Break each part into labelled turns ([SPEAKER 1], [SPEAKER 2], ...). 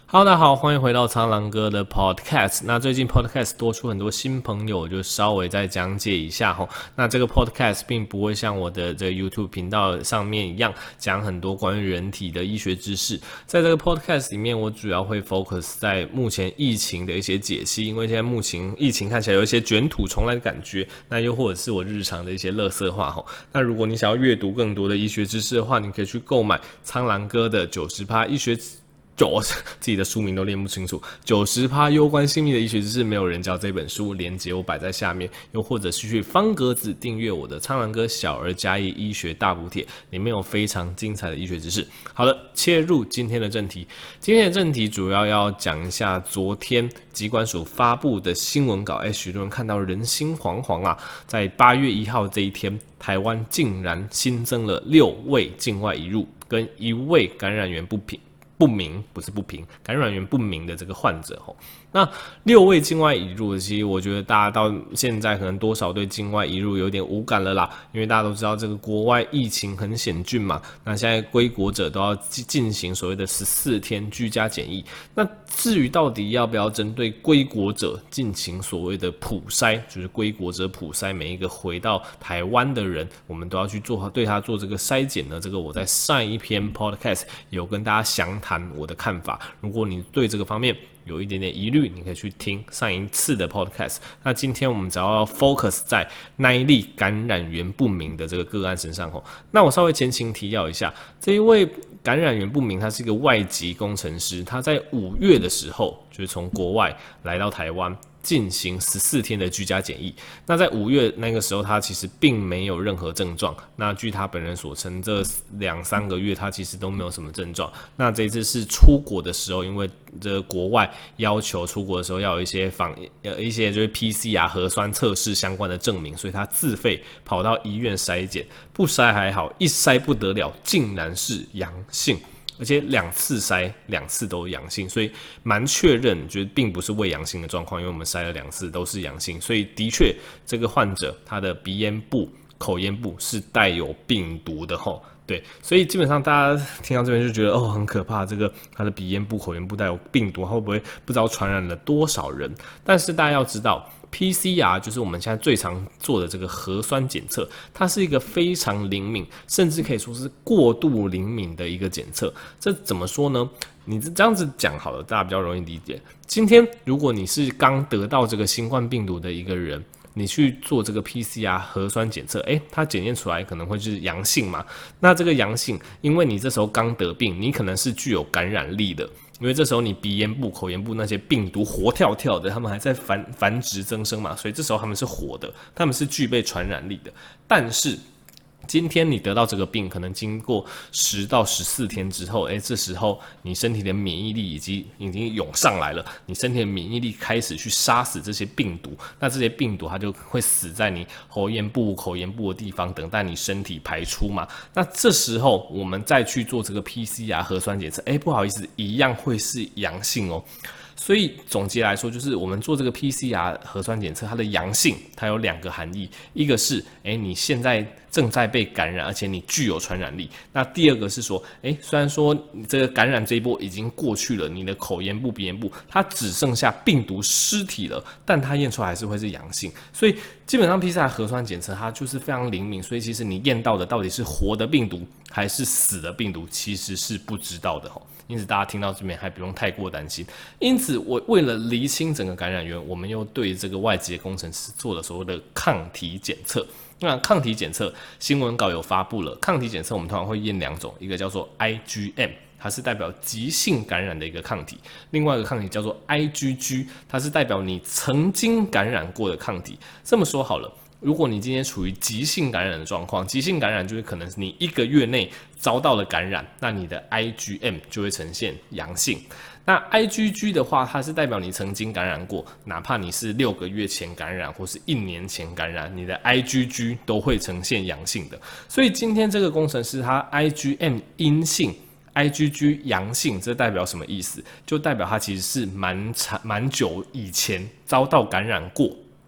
[SPEAKER 1] Hello，大家好，欢迎回到苍狼哥的 Podcast。那最近 Podcast 多出很多新朋友，我就稍微再讲解一下吼。那这个 Podcast 并不会像我的这个 YouTube 频道上面一样讲很多关于人体的医学知识。在这个 Podcast 里面，我主要会 focus 在目前疫情的一些解析，因为现在目前疫情看起来有一些卷土重来的感觉。那又或者是我日常的一些垃圾话吼。那如果你想要阅读更多的医学知识的话，你可以去购买苍狼哥的90%医学。自己的书名都念不清楚，90%攸关性命的医学知识，没有人教这本书，连结我摆在下面，又或者是去方格子订阅我的苍狼哥小儿加医医学大补帖，里面有非常精彩的医学知识。好的，切入今天的正题。今天的正题主要讲一下昨天疾管署发布的新闻稿，许多人看到人心惶惶啊，在8月1号这一天，台湾竟然新增了6位境外移入跟1位感染源不明，不是不平，感染源不明的这个患者吼。那6位境外移入，其实我觉得大家到现在可能多少对境外移入有点无感了啦，因为大家都知道这个国外疫情很险峻嘛，那现在归国者都要进行所谓的14天居家检疫。那至于到底要不要针对归国者进行所谓的普筛，就是归国者普筛，每一个回到台湾的人，我们都要去对他做这个筛检呢？这个我在上一篇 podcast 有跟大家详谈我的看法。如果你对这个方面有一点点疑虑，你可以去听上一次的 podcast。那今天我们只要 focus 在那一例感染源不明的这个个案身上吼。那我稍微前情提要一下，这一位感染源不明，他是一个外籍工程师，他在5月的时候就是从国外来到台湾，进行14天的居家检疫。那在5月那个时候，他其实并没有任何症状。那据他本人所称，这2-3个月他其实都没有什么症状。那这一次是出国的时候，因为这国外要求出国的时候要有一些一些就是 PCR 核酸测试相关的证明，所以他自费跑到医院筛检，不筛还好，一筛不得了，竟然是阳性。而且2次筛2次都阳性，所以蛮确认，觉得并不是胃阳性的状况，因为我们筛了2次都是阳性，所以的确这个患者他的鼻咽部、口咽部是带有病毒的吼。对，所以基本上大家听到这边就觉得很可怕，这个他的鼻咽部、口咽部带有病毒，会不会不知道传染了多少人？但是大家要知道。PCR 就是我们现在最常做的这个核酸检测，它是一个非常灵敏，甚至可以说是过度灵敏的一个检测。这怎么说呢？你这样子讲好了，大家比较容易理解。今天如果你是刚得到这个新冠病毒的一个人，你去做这个 PCR 核酸检测，它检验出来可能会是阳性嘛？那这个阳性，因为你这时候刚得病，你可能是具有感染力的。因为这时候你鼻咽部、口咽部那些病毒活跳跳的，他们还在繁殖增生嘛，所以这时候他们是活的，他们是具备传染力的。但是今天你得到这个病，可能经过10到14天之后，这时候你身体的免疫力已经涌上来了，你身体的免疫力开始去杀死这些病毒，那这些病毒它就会死在你喉咽部、口咽部的地方，等待你身体排出嘛。那这时候我们再去做这个 PCR 核酸检测，不好意思，一样会是阳性哦。所以总结来说，就是我们做这个 PCR 核酸检测，它的阳性它有2个含义，一个是你现在正在被感染，而且你具有传染力。那第二个是说，虽然说你这个感染这一波已经过去了，你的口咽部、鼻咽部它只剩下病毒尸体了，但它验出来还是会是阳性。所以基本上 PCR 核酸检测它就是非常灵敏，所以其实你验到的到底是活的病毒还是死的病毒，其实是不知道的吼。因此大家听到这边还不用太过担心。因此我为了厘清整个感染源，我们又对这个外籍的工程师做了所谓的抗体检测。那抗体检测新闻稿有发布了，抗体检测我们通常会验2种，一个叫做 IgM， 它是代表急性感染的一个抗体，另外一个抗体叫做 IgG， 它是代表你曾经感染过的抗体。这么说好了，如果你今天处于急性感染的状况，急性感染就是可能是你1个月内遭到了感染，那你的 IgM 就会呈现阳性。那 IgG 的话，它是代表你曾经感染过，哪怕你是6个月前感染或是1年前感染，你的 IgG 都会呈现阳性的。所以今天这个工程师他 IgM 阴性，IgG 阳性，这代表什么意思？就代表他其实是蛮久以前遭到感染过。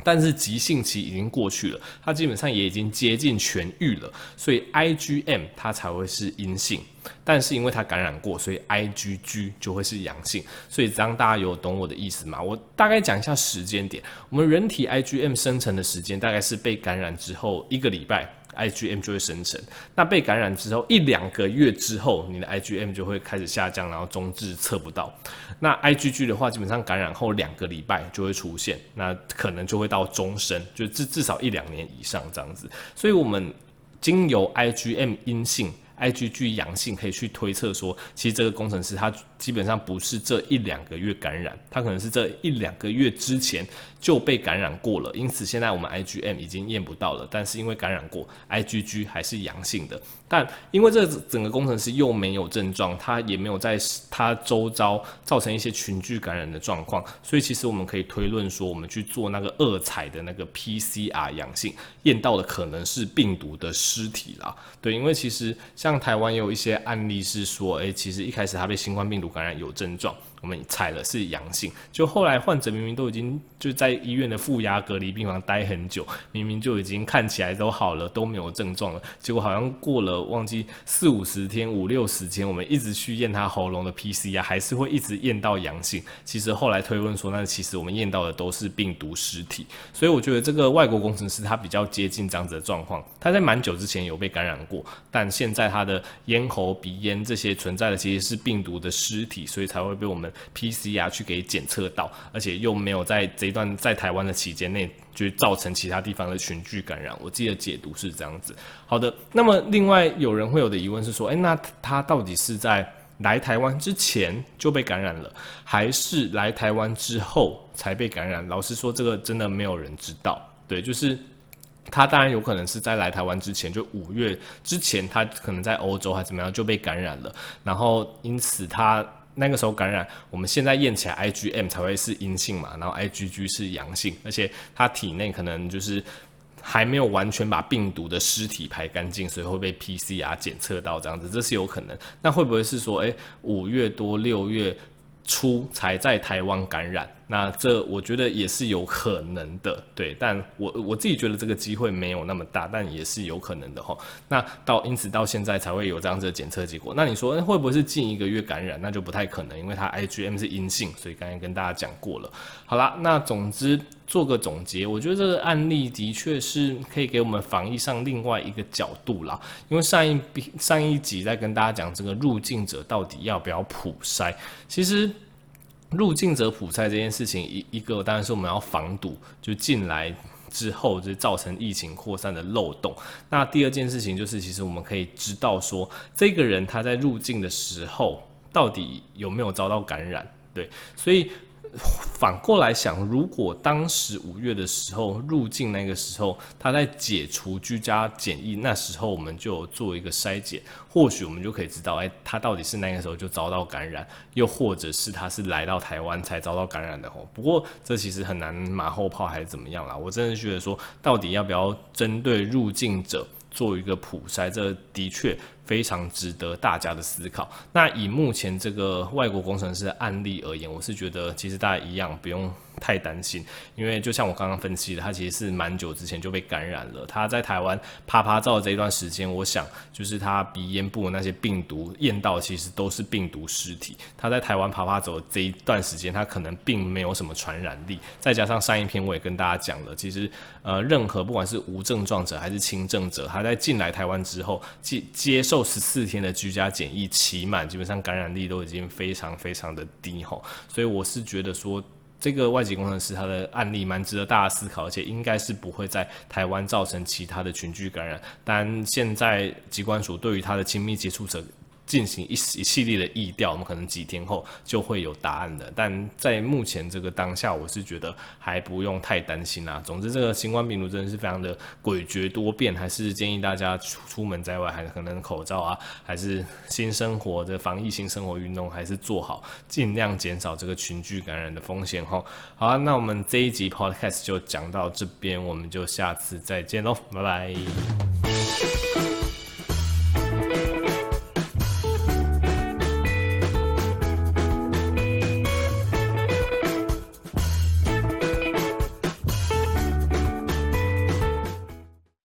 [SPEAKER 1] 但是急性期已经过去了，它基本上也已经接近痊愈了，所以 IgM 它才会是阴性。但是因为它感染过，所以 IgG 就会是阳性。所以这样大家有懂我的意思吗？我大概讲一下时间点。我们人体 IgM 生成的时间大概是被感染之后1个礼拜。IgM 就会生成，那被感染之后1-2个月之后，你的 IgM 就会开始下降，然后中至测不到。那 IgG 的话，基本上感染后2个礼拜就会出现，那可能就会到终身，就至少1-2年以上这样子。所以我们经由 IgM 阴性。IgG 阳性可以去推测说，其实这个工程师他基本上不是这1-2个月感染，他可能是这1-2个月之前就被感染过了，因此现在我们 IgM 已经验不到了，但是因为感染过 IgG 还是阳性的，但因为这整个工程师又没有症状，他也没有在他周遭造成一些群聚感染的状况，所以其实我们可以推论说，我们去做那个2采的那个 PCR 阳性，验到的可能是病毒的尸体啦。对，因为其实像台湾也有一些案例是说，其实一开始他被新冠病毒感染有症状，我们采了是阳性，就后来患者明明都已经就在医院的负压隔离病房待很久，明明就已经看起来都好了，都没有症状了，结果好像过了忘记40-50天、50-60天，我们一直去验他喉咙的 PCR， 还是会一直验到阳性。其实后来推论说，那其实我们验到的都是病毒尸体，所以我觉得这个外国工程师他比较接近这样子的状况，他在蛮久之前有被感染过，但现在他的咽喉、鼻咽这些存在的其实是病毒的尸体，所以才会被我们 PCR 去给检测到，而且又没有在这一段在台湾的期间内就造成其他地方的群聚感染。我自己的解读是这样子。好的，那么另外有人会有的疑问是说，那他到底是在来台湾之前就被感染了，还是来台湾之后才被感染？老实说，这个真的没有人知道。对，就是他当然有可能是在来台湾之前，就5月之前，他可能在欧洲还怎么样就被感染了，然后因此他那个时候感染，我们现在验起来 IgM 才会是阴性嘛，然后 IgG 是阳性，而且他体内可能就是还没有完全把病毒的尸体排干净，所以会被 PCR 检测到这样子，这是有可能。那会不会是说，5月多6月初才在台湾感染？那这我觉得也是有可能的，对，但我自己觉得这个机会没有那么大，但也是有可能的齁。那因此到现在才会有这样子的检测结果。那你说会不会是近1个月感染？那就不太可能，因为它 IgM 是阴性，所以刚才跟大家讲过了。好啦，那总之做个总结，我觉得这个案例的确是可以给我们防疫上另外一个角度啦。因为上一集在跟大家讲这个入境者到底要不要普筛，其实入境者普筛这件事情，一个当然是我们要防堵，就进来之后就造成疫情扩散的漏洞。那第二件事情就是，其实我们可以知道说，这个人他在入境的时候到底有没有遭到感染，对，所以反过来想，如果当时5月的时候入境那个时候，他在解除居家检疫，那时候我们就有做一个筛检，或许我们就可以知道，他到底是那个时候就遭到感染，又或者是他是来到台湾才遭到感染的吼。不过这其实很难马后炮还是怎么样啦，我真的觉得说，到底要不要针对入境者做一个普筛，这的确非常值得大家的思考。那以目前这个外国工程师的案例而言，我是觉得其实大家一样不用太担心，因为就像我刚刚分析的，他其实是蛮久之前就被感染了。他在台湾趴趴照这一段时间，我想就是他鼻咽部的那些病毒验到其实都是病毒尸体。他在台湾趴趴走这一段时间，他可能并没有什么传染力。再加上上一篇我也跟大家讲了，其实任何不管是无症状者还是轻症者，他在进来台湾之后接受14天的居家检疫期满，基本上感染力都已经非常非常的低吼。所以我是觉得说，这个外籍工程师他的案例蛮值得大家思考，而且应该是不会在台湾造成其他的群聚感染。但现在疾管署对于他的亲密接触者进行一系列的疫调，我们可能几天后就会有答案的。但在目前这个当下，我是觉得还不用太担心啦。总之，这个新冠病毒真的是非常的诡谲多变，还是建议大家出门在外，还可能口罩啊，还是新生活的防疫新生活运动，还是做好，尽量减少这个群聚感染的风险齁。好啊，那我们这一集 podcast 就讲到这边，我们就下次再见喽，拜拜。